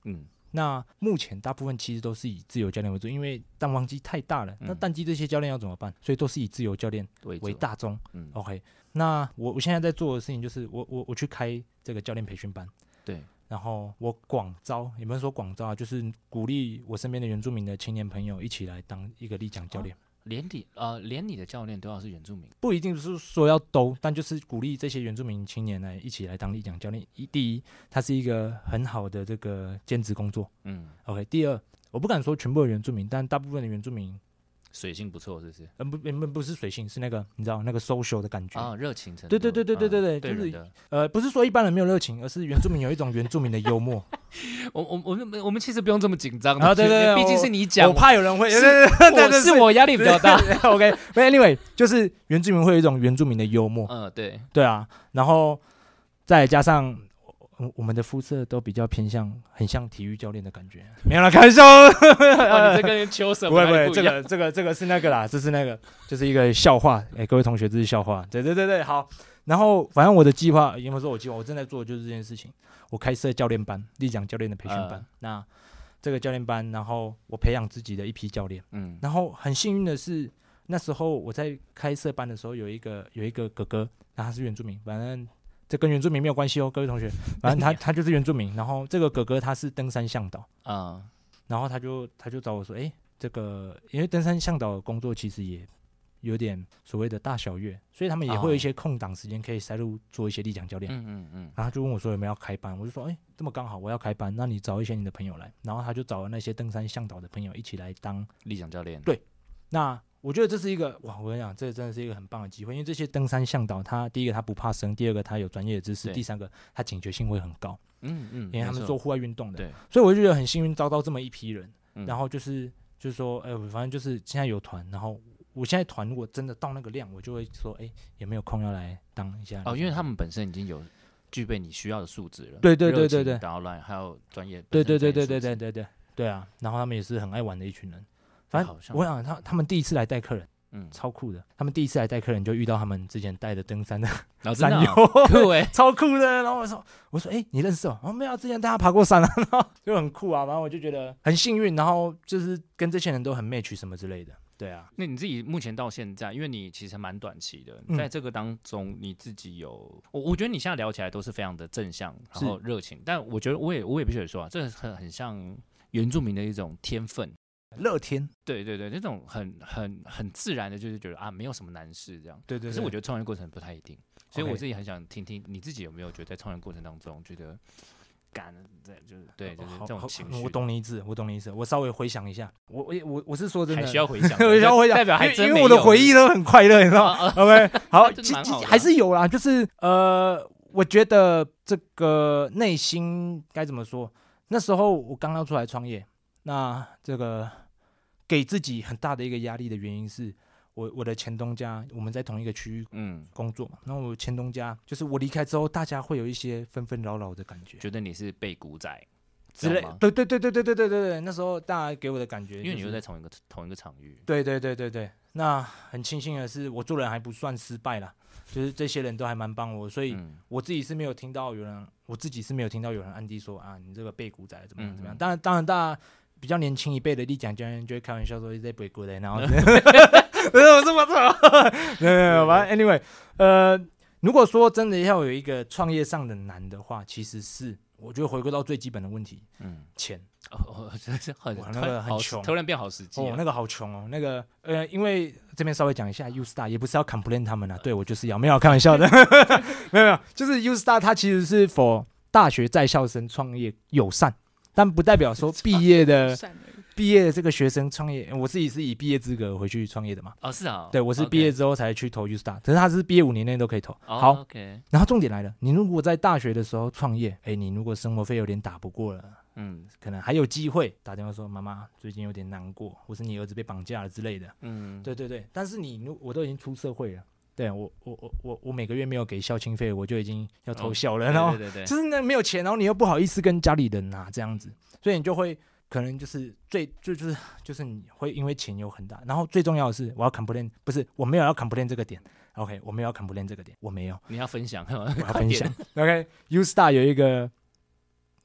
那目前大部分其实都是以自由教练为主，因为淡旺季太大了，嗯、那淡季这些教练要怎么办？所以都是以自由教练为大宗。嗯、OK， 那我我现在在做的事情就是我我我去开这个教练培训班， 对， 然后我广招，也不是说广招啊，就是鼓励我身边的原住民的青年朋友一起来当一个立桨教练。哦连你呃，连你的教练都要是原住民， 不一定是说要都，但就是鼓励这些原住民青年来一起来当立桨教练。第一，它是一个很好的这个兼职工作，嗯 ，OK。第二，我不敢说全部的原住民，但大部分的原住民水性不错，是不是？ 嗯，不，不，不是水性，是那个你知道那个 social 的感觉啊，热情程度。 对对对对对对对， 嗯、 就是呃，不是说一般人没有热情，而是原住民有一种原住民的幽默。 我我我们我们其实不用这么紧张啊，对对对， 毕竟是你讲， 我怕有人会， 是我是我压力比较大。 OK，Anyway， 就是原住民会有一种原住民的幽默。 嗯，对对啊，然后再加上。我们的肤色都比较偏向，很像体育教练的感觉。没有啦，开玩笑。 哦，你这跟秋什么？ 不会不会，这个这个这个是那个啦，这是那个，就是一个笑话。哎、欸，各位同学，这是笑话。对对对对，好。然后反正我的计划，有没有说我计划？我正在做的就是这件事情。我开设教练班，立桨教练的培训班。呃、那这个教练班，然后我培养自己的一批教练。嗯。然后很幸运的是，那时候我在开设班的时候，有一个有一个哥哥，然后他是原住民，反正。这跟原住民没有关系哦，各位同学。反正他他就是原住民，然后这个哥哥他是登山向导啊、嗯，然后他就他就找我说，哎，这个因为登山向导的工作其实也有点所谓的大小月，所以他们也会有一些空档时间可以塞入做一些立桨教练。嗯嗯嗯。然后他就问我说有没有要开班，我就说，哎，这么刚好我要开班，那你找一些你的朋友来。然后他就找了那些登山向导的朋友一起来当立桨教练。 对，那。我觉得这是一个哇！我跟你讲，这真的是一个很棒的机会，因为这些登山向导，他第一个他不怕生，第二个他有专业的知识，第三个他警觉性会很高。嗯嗯，因为他们做户外运动的，对，所以我就觉得很幸运招到这么一批人。嗯、然后就是就是说，哎、欸，反正就是现在有团，然后我现在团如果真的到那个量，我就会说，哎、欸，有没有空要来当一下？ 哦，因为他们本身已经有具备你需要的素质了。 对对对对对， 导览还有专业。 对对对对对对对对对啊！然后他们也是很爱玩的一群人。反正我想他他们第一次来带客人。嗯，超酷的。他们第一次来带客人，就遇到他们之前带的登山的山友， 哦、酷哎、欸， 超酷的。然后我说，我说，哎、欸，你认识哦？哦，没有，之前大家爬过山啊，然后就很酷啊。然后我就觉得很幸运，然后就是跟这些人都很 match 什么之类的。对啊， 那你自己目前到现在，因为你其实蛮短期的，在这个当中你自己有，我我觉得你现在聊起来都是非常的正向，然后热情。但我觉得我也我也必须得说啊，这很很像原住民的一种天分。 乐天， 对对对，那种很很很自然的，就是觉得啊，没有什么难事这样。 对 对, 对。 可是我觉得创业过程不太一定，所以我自己很想听听你自己有没有觉得在创业过程当中觉得干，对，就是对，就是这种情绪。 我懂你意思，我懂你意思。我稍微回想一下，我我我我是说真的， 还需要回想， 我需要回想， 代表还真因为我的回忆都很快乐，你知道吗 ？OK， 好， 好还是有啦，就是呃，我觉得这个内心该怎么说？那时候我刚刚出来创业，那这个。给自己很大的一个压力的原因是我我的前东家，我们在同一个区域工作嘛，然后我前东家就是我离开之后，大家会有一些纷纷扰扰的感觉， 觉得你是被股仔之类，对对对对对对对对对，那时候大家给我的感觉、就是， 因为你又在同一个同一个场域， 对对对对对，那很庆幸的是我做人还不算失败啦，就是这些人都还蛮帮我，所以我自己是没有听到有人，我自己是没有听到有人暗地说啊你这个被股仔怎么样怎么样，当然当然大家。比较年轻一辈的立桨教练就会开玩笑说：“你在背锅的。”然后，没有这么吵，没有没有。反正 anyway， 呃，如果说真的要有一个创业上的难的话，其实是我觉得回归到最基本的问题，嗯，钱。 哦，真的是很那个很穷， 突然变好实际、啊。 哦，那个好穷哦，那个呃，因为这边稍微讲一下 U Star， 也不是要 complain 他们啊，对我就是要没有开玩笑的，没有没有，就是 U Star 它其实是 for 大学在校生创业友善。但不代表说毕业的毕业的这个学生创业，我自己是以毕业资格回去创业的嘛。 哦，是啊。 对，我是毕业之后才去投 U Star， 可是他是毕业五年内都可以投。 哦、 好 ，OK。 然后重点来了，你如果在大学的时候创业，哎，你如果生活费有点打不过了，嗯，可能还有机会打电话说妈妈最近有点难过，或是你儿子被绑架了之类的。嗯，对对对。但是你我都已经出社会了。对我我我我我每个月没有给校庆费，我就已经要偷笑了，哦、然后对对对对就是那没有钱，然后你又不好意思跟家里人拿这样子，所以你就会可能就是最最就是就是你会因为钱有很大，然后最重要的是我要 complain， 不是我没有要 complain 这个点 ，OK， 我没有要 complain 这个点，我没有， 你要分享， 我要分享 ，OK，U Star 有一个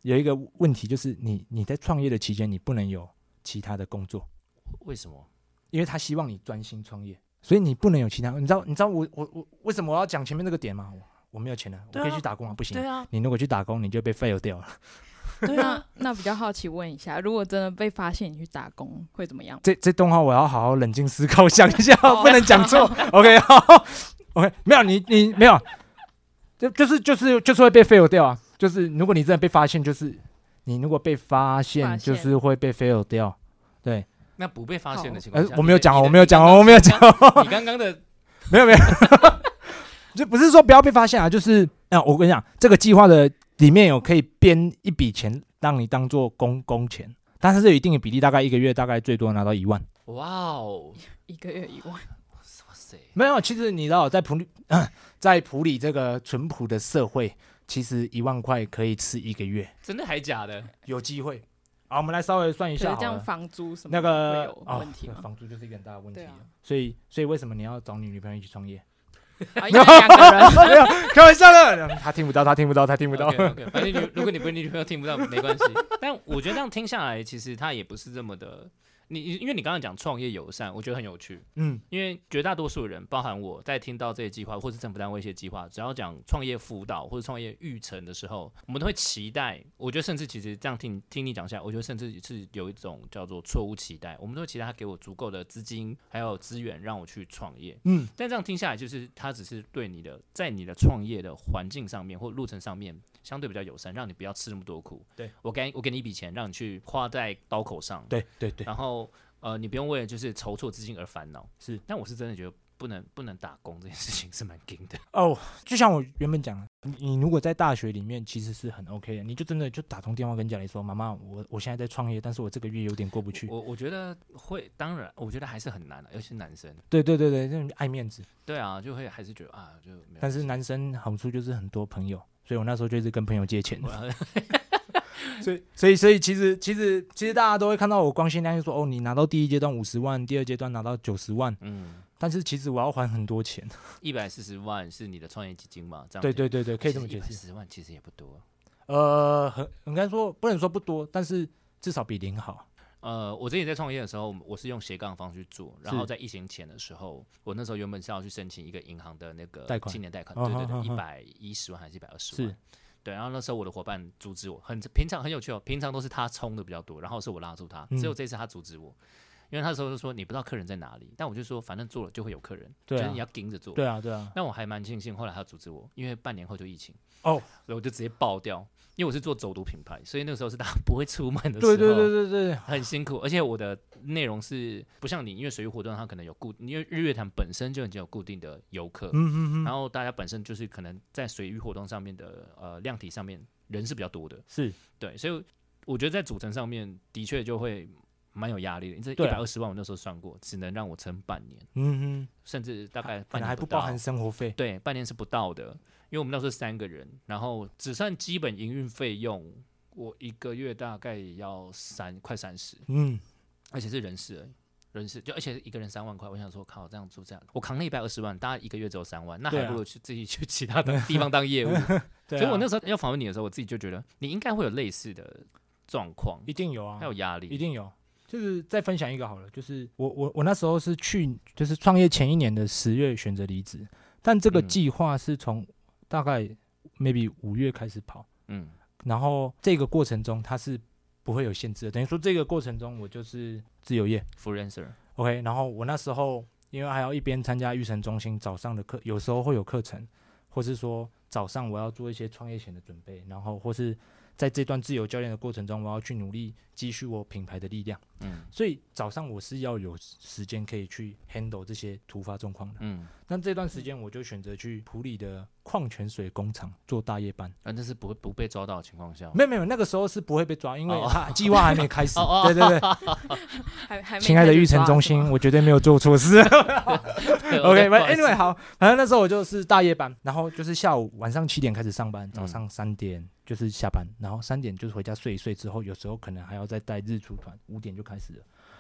有一个问题，就是你你在创业的期间，你不能有其他的工作。 为什么？ 因为他希望你专心创业，所以你不能有其他。你知道你知道我我我为什么我要讲前面这个点吗？我, 我没有钱了，我可以去打工啊，不行。 对啊， 你如果去打工，你就被 fail 掉了。 对啊，那比较好奇问一下，如果真的被发现你去打工会怎么样？ 这这段话我要好好冷静思考想一下，不能讲错。OK， 好 ，OK， 没有你你没有，就就是就是就是会被 fail 掉啊。就是如果你真的被发现，就是你如果被发现，就是会被 fail 掉。对， 那不被发现的情况下， 呃、我没有讲，我没有讲，我没有讲。 你刚刚的没有没有，就不是说不要被发现啊，就是啊，我跟你讲，这个计划的。里面有可以编一笔钱让你当做工工钱，但是这有一定的比例，大概一个月大概最多拿到一万。 哇哦， 一个月一万，哇塞！没有，其实你知道，在埔里，呃、在埔里这个淳朴的社会，其实一万块可以吃一个月。 真的还假的？ 有机会。好，我们来稍微算一下好了。 这样房租什么那个会有问题吗？ 哦、房租就是一个很大的问题、啊。 啊、 所以，所以为什么你要找你女朋友一起创业？ 啊，因为两个人没有开玩笑的，他听不到，他听不到，他听不到。 Okay, okay, 反正你如果你不你女朋友听不到没关系，但我觉得这样听下来，其实他也不是这么的。你因为你刚刚讲创业友善，我觉得很有趣。嗯，因为绝大多数人，包含我在听到这些计划，或是政府单位一些计划，只要讲创业辅导或者创业育成的时候，我们都会期待。我觉得甚至其实这样听听你讲下来，我觉得甚至是有一种叫做错误期待。我们都会期待他给我足够的资金还有资源让我去创业。嗯，但这样听下来，就是他只是对你的在你的创业的环境上面或路程上面相对比较友善，让你不要吃那么多苦。 对， 我给我给你一笔钱，让你去花在刀口上。 对对对， 然后。呃，你不用为了就是筹措资金而烦恼， 是。 但我是真的觉得不能不能打工这件事情是蛮硬的哦。就像我原本讲的，你你如果在大学里面其实是很 OK 的，你就真的就打通电话跟家里说，妈妈，我我现在在创业，但是我这个月有点过不去。 我我觉得会，当然，我觉得还是很难的，尤其是男生。 对对对对，这种爱面子。 对啊，就会还是觉得啊，就没有。 但是男生好处就是很多朋友，所以我那时候就是跟朋友借钱。所以，所以，所以，其实，其实，其实大家都会看到我光鲜亮丽，说哦，你拿到第一阶段五十万，第二阶段拿到九十万，嗯，但是其实我要还很多钱， 一百四十万是你的创业基金嘛？这样对对对对，可以这么解释。 一百四十万其实也不多， 呃，很应该说不能说不多，但是至少比零好。 呃，我之前在创业的时候，我是用斜杠方式去做，然后在疫情前的时候，我那时候原本是要去申请一个银行的那个青年贷款，对对对，一百一十万还是一百二十万？是。对，然后那时候我的伙伴阻止我，很平常很有趣哦。平常都是他冲的比较多，然后是我拉住他，只有这次他阻止我，因为他那时候就说你不知道客人在哪里，但我就说反正做了就会有客人， 对啊、 就是你要盯着做。 对啊，对啊。 但我还蛮庆幸，后来他阻止我，因为半年后就疫情哦， 所以我就直接爆掉。因为我是做走读品牌，所以那个时候是大家不会出门的时候， 对对对对对， 很辛苦。而且我的内容是不像你，因为水域活动它可能有固，因为日月潭本身就已经有固定的游客，嗯嗯嗯，然后大家本身就是可能在水域活动上面的呃量体上面人是比较多的， 是对，所以我觉得在组成上面的确就会蛮有压力的。这一百二十万我那时候算过，只能让我撑半年，嗯哼，甚至大概半年还不包含生活费， 对，半年是不到的。因为我们那时候三个人，然后只算基本营运费用，我一个月大概要三快三十，嗯，而且是人事而已，人事就而且一个人三万块，我想说靠，这样做这样，我扛了一百二十万，大家一个月只有三万，那还不如去自己去其他的地方当业务。所以我那时候要访问你的时候，我自己就觉得你应该会有类似的状况， 一定有啊， 还有压力， 一定有。就是再分享一个好了，就是我我我那时候是去就是创业前一年的十月选择离职，但这个计划是从大概 maybe 五月开始跑，嗯，然后这个过程中它是不会有限制的，等于说这个过程中我就是自由业 freelancer，OK， 然后我那时候因为还要一边参加育成中心早上的课，有时候会有课程，或是说早上我要做一些创业前的准备，然后或是在这段自由教练的过程中，我要去努力积蓄我品牌的力量，嗯，所以早上我是要有时间可以去 handle 这些突发状况的，嗯，那这段时间我就选择去埔里的矿泉水工厂做大夜班， 啊，那是不会不被抓到的情况下， 没有没有，那个时候是不会被抓，因为他计划还没开始，对对对， 还还亲爱的育成中心，我绝对没有做错事。OK，anyway， 好，反正那时候我就是大夜班，然后就是下午晚上七点开始上班，早上三点就是下班，然后三点就是回家睡一睡之后，有时候可能还要再带日出团，五点就开始了。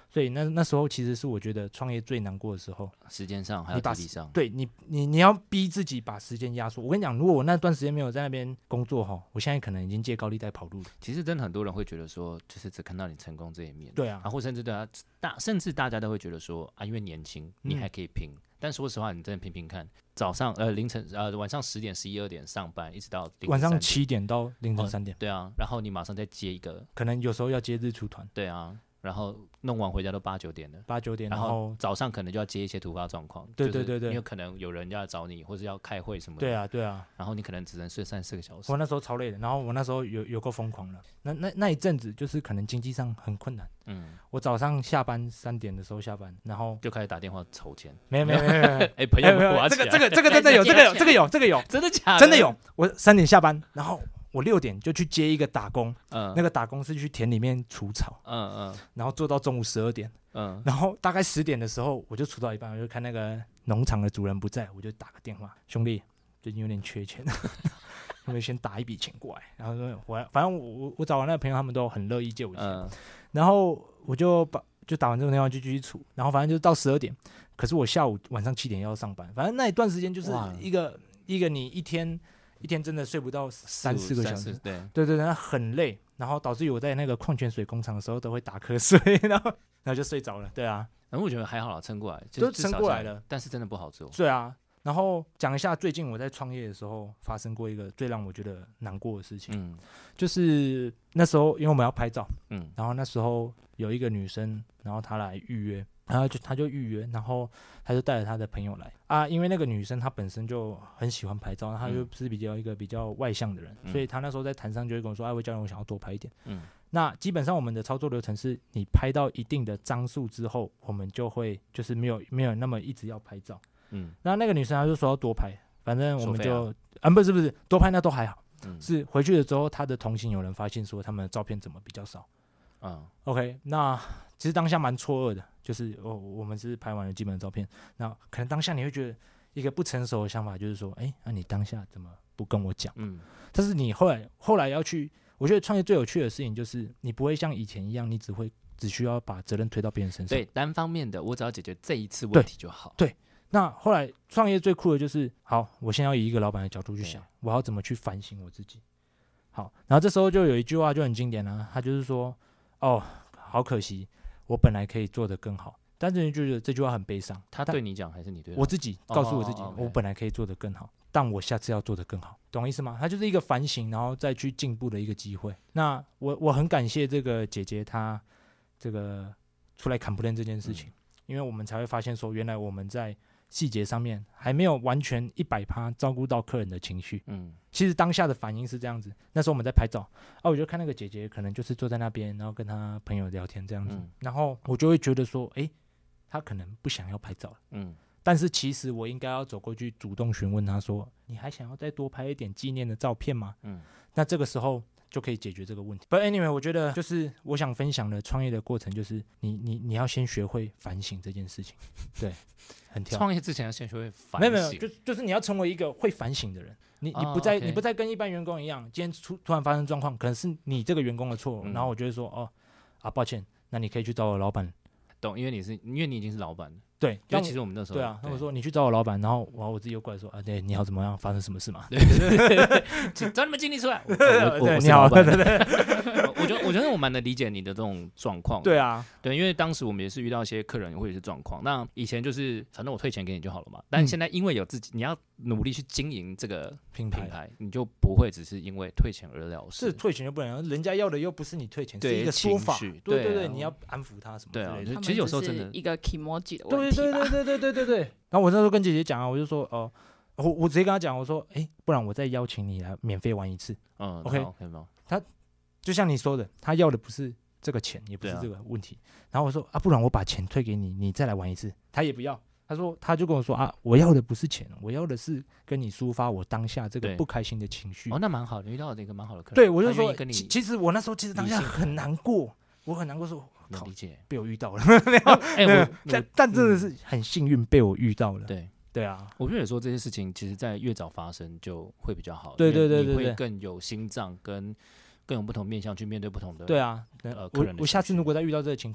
所以那那时候其实是我觉得创业最难过的时候， 时间上还有体力上， 对你你你要逼自己把时间压缩。我跟你讲，如果我那段时间没有在那边工作哈，我现在可能已经借高利贷跑路了。 其实真的很多人会觉得说，就是只看到你成功这一面， 对啊， 啊或甚至对他大，甚至大家都会觉得说啊，因为年轻，你还可以拼。嗯但说实话，你真的拼拼看，早上呃凌晨呃晚上十点十一二点上班，一直到晚上七点到凌晨三点、哦， 对啊，然后你马上再接一个， 可能有时候要接日出团， 对啊，然后弄完回家都八九点了， 八九点， 然后早上可能就要接一些突发状况， 对对对对， 因为可能有人要找你，或是要开会什么的， 对啊对啊， 然后你可能只能睡三四个小时。 我那时候超累的，然后我那时候有有够疯狂了，那那那一阵子就是可能经济上很困难，嗯，我早上下班三点的时候下班，然后就开始打电话筹钱， 没有没有没有没有，哎、 欸、朋友们玩起来， 这个这个这个真的有，这个有这个有这个有， 真的假的？ 真的有，我三点下班，然后。我六点就去接一个打工，嗯，那个打工是去田里面除草，嗯嗯，然后做到中午十二点，嗯，然后大概十点的时候，我就除到一半，我就看那个农场的主人不在，我就打个电话，兄弟，最近有点缺钱，有没有先打一笔钱过来？然后说我反正我我我找完那个朋友，他们都很乐意借我钱，嗯、然后我就把就打完这个电话就继续除，然后反正就到十二点，可是我下午晚上七点要上班，反正那一段时间就是一个一个你一天。一天真的睡不到三四个小时， 对对对对，很累，然后导致于我在那个矿泉水工厂的时候都会打瞌睡，然后然后就睡着了，对啊， 然后我觉得还好啦，撑过来， 都撑过来了， 但是真的不好做， 对啊。然后讲一下最近我在创业的时候发生过一个最让我觉得难过的事情，嗯，就是那时候因为我们要拍照，嗯，然后那时候有一个女生，然后她来预约。然后就他就预约，然后他就带着他的朋友来啊，因为那个女生她本身就很喜欢拍照，她就是比较一个比较外向的人，嗯、所以她那时候在台上就会跟我说：“哎、啊，魏教练，我想要多拍一点。”嗯，那基本上我们的操作流程是，你拍到一定的张数之后，我们就会就是没有没有那么一直要拍照。嗯，那那个女生她就说要多拍，反正我们就啊，啊不是不是多拍那都还好，嗯、是回去了之后，她的同行有人发现说他们的照片怎么比较少。嗯 ，OK， 那其实当下蛮错愕的，就是哦，我们是拍完了基本的照片，那可能当下你会觉得一个不成熟的想法，就是说，哎、欸，那、啊、你当下怎么不跟我讲？嗯，但是你后来后来要去，我觉得创业最有趣的事情就是你不会像以前一样，你只会只需要把责任推到别人身上， 对，单方面的，我只要解决这一次问题就好。 对，对那后来创业最酷的就是，好，我现在要以一个老板的角度去想，我要怎么去反省我自己。好，然后这时候就有一句话就很经典了、啊，他就是说。哦，好可惜，我本来可以做得更好，但是就觉得这句话很悲伤。 他对你讲还是你对他？ 我自己告诉我自己， oh, okay. 我本来可以做得更好，但我下次要做得更好，懂我意思吗？它就是一个反省，然后再去进步的一个机会。那我我很感谢这个姐姐，她这个出来complain这件事情、嗯，因为我们才会发现说，原来我们在细节上面还没有完全一百趴照顾到客人的情绪。嗯，其实当下的反应是这样子。那时候我们在拍照啊，我就看那个姐姐可能就是坐在那边，然后跟她朋友聊天这样子、嗯，然后我就会觉得说，哎、欸，她可能不想要拍照了。嗯，但是其实我应该要走过去主动询问她说，你还想要再多拍一点纪念的照片吗？嗯，那这个时候就可以解决这个问题。But anyway， 我觉得就是我想分享的创业的过程，就是你你你要先学会反省这件事情。对。 创业之前要先学会反省， 没有没有，就就是你要成为一个会反省的人。你你不再、oh, okay. 你不再跟一般员工一样，今天突突然发生状况，可能是你这个员工的错、嗯，然后我就会说哦啊抱歉，那你可以去找我老板。 懂，因为你是因为你已经是老板了。 对， 因为其实我们那时候对啊，那我说你去找我老板，然后我我自己又过来说啊，对，你好怎么样，发生什么事嘛？ 对对对对对，找你们经理出来。我我我你好，对对对。 我觉得我觉得我蛮能理解你的这种状况。 对啊， 对，因为当时我们也是遇到一些客人或者是状况。那以前就是反正我退钱给你就好了嘛，但是现在因为有自己，你要努力去经营这个品牌，品牌你就不会只是因为退钱而了事。 是退钱就不能，人家要的又不是你退钱，是一个说法。对对 对, 对，你要安抚他什么之类的。 对啊，其实有时候真的一个 kimoji 的问题吧。 对对对对对对对对。然后我那时候跟姐姐讲啊，我就说哦。我我直接跟他讲，我说，哎、欸，不然我再邀请你来免费玩一次。嗯 ，OK，, okay 他就像你说的，他要的不是这个钱，也不是这个问题。啊、然后我说啊，不然我把钱退给你，你再来玩一次。他也不要，他说他就跟我说啊，我要的不是钱，我要的是跟你抒发我当下这个不开心的情绪。 哦，那蛮好的，遇到了一个蛮好的客人。 对，我就说，其其实我那时候其实当下很难过，我很难过说， 能理解， 被我遇到了。没有，哎、欸，我但但真的是很幸运被我遇到了。 对。 对啊， 我觉得说这些事情，其实在越早发生就会比较好。 对对对对对， 你会更有心脏，跟更有不同面向去面对不同的。 对啊，呃，客人的。我我下次如果再遇到这个情况，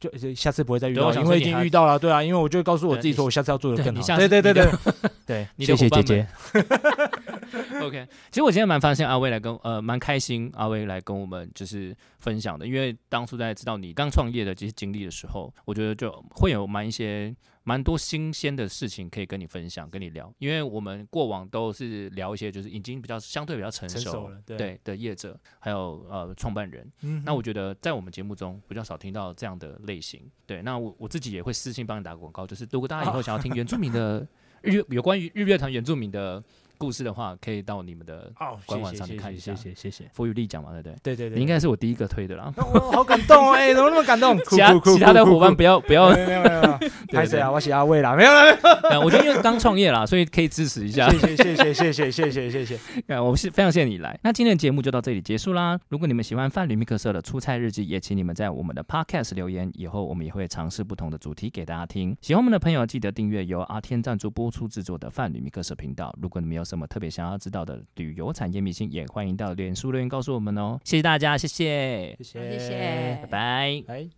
就下次不会再遇到，因为已经遇到了，对啊，因为我就告诉我自己说，我下次要做的更好。对对对对对，谢谢姐姐。 OK， 其实我今天蛮发现阿威来跟呃蛮开心，阿威来跟我们就是分享的，因为当初在知道你刚创业的这些经历的时候，我觉得就会有蛮一些蛮多新鲜的事情可以跟你分享，跟你聊，因为我们过往都是聊一些就是已经比较相对比较成熟, 成熟了 对, 对的业者，还有呃创办人、嗯。那我觉得在我们节目中比较少听到这样的类型。对，那我我自己也会私信帮你打广告，就是如果大家以后想要听原住民的日有关于日月潭原住民的故事的话，可以到你们的官网上去看一下。 谢谢谢谢。 福与力讲嘛，对不对？ 对对对， 你应该是我第一个推的啦。 我好感动哦，哎，怎么那么感动？ 其他其他的伙伴不要不要， 没有没有没有，拍谁啊？我是阿威啦，没有了没有。 我觉得因为刚创业啦，所以可以支持一下。 谢谢谢谢谢谢谢谢谢谢。 我是非常谢谢你来。那今天的节目就到这里结束啦。如果你们喜欢范旅密克社的出差日记，也请你们在我们的 Podcast 留言，以后我们也会尝试不同的主题给大家听。喜欢我们的朋友记得订阅由阿天赞助播出制作的范旅密克社频道。如果你们有什么特别想要知道的旅游产业秘辛，也欢迎到脸书留言告诉我们哦。谢谢大家，谢谢， 谢谢， 谢谢， 拜拜。 拜。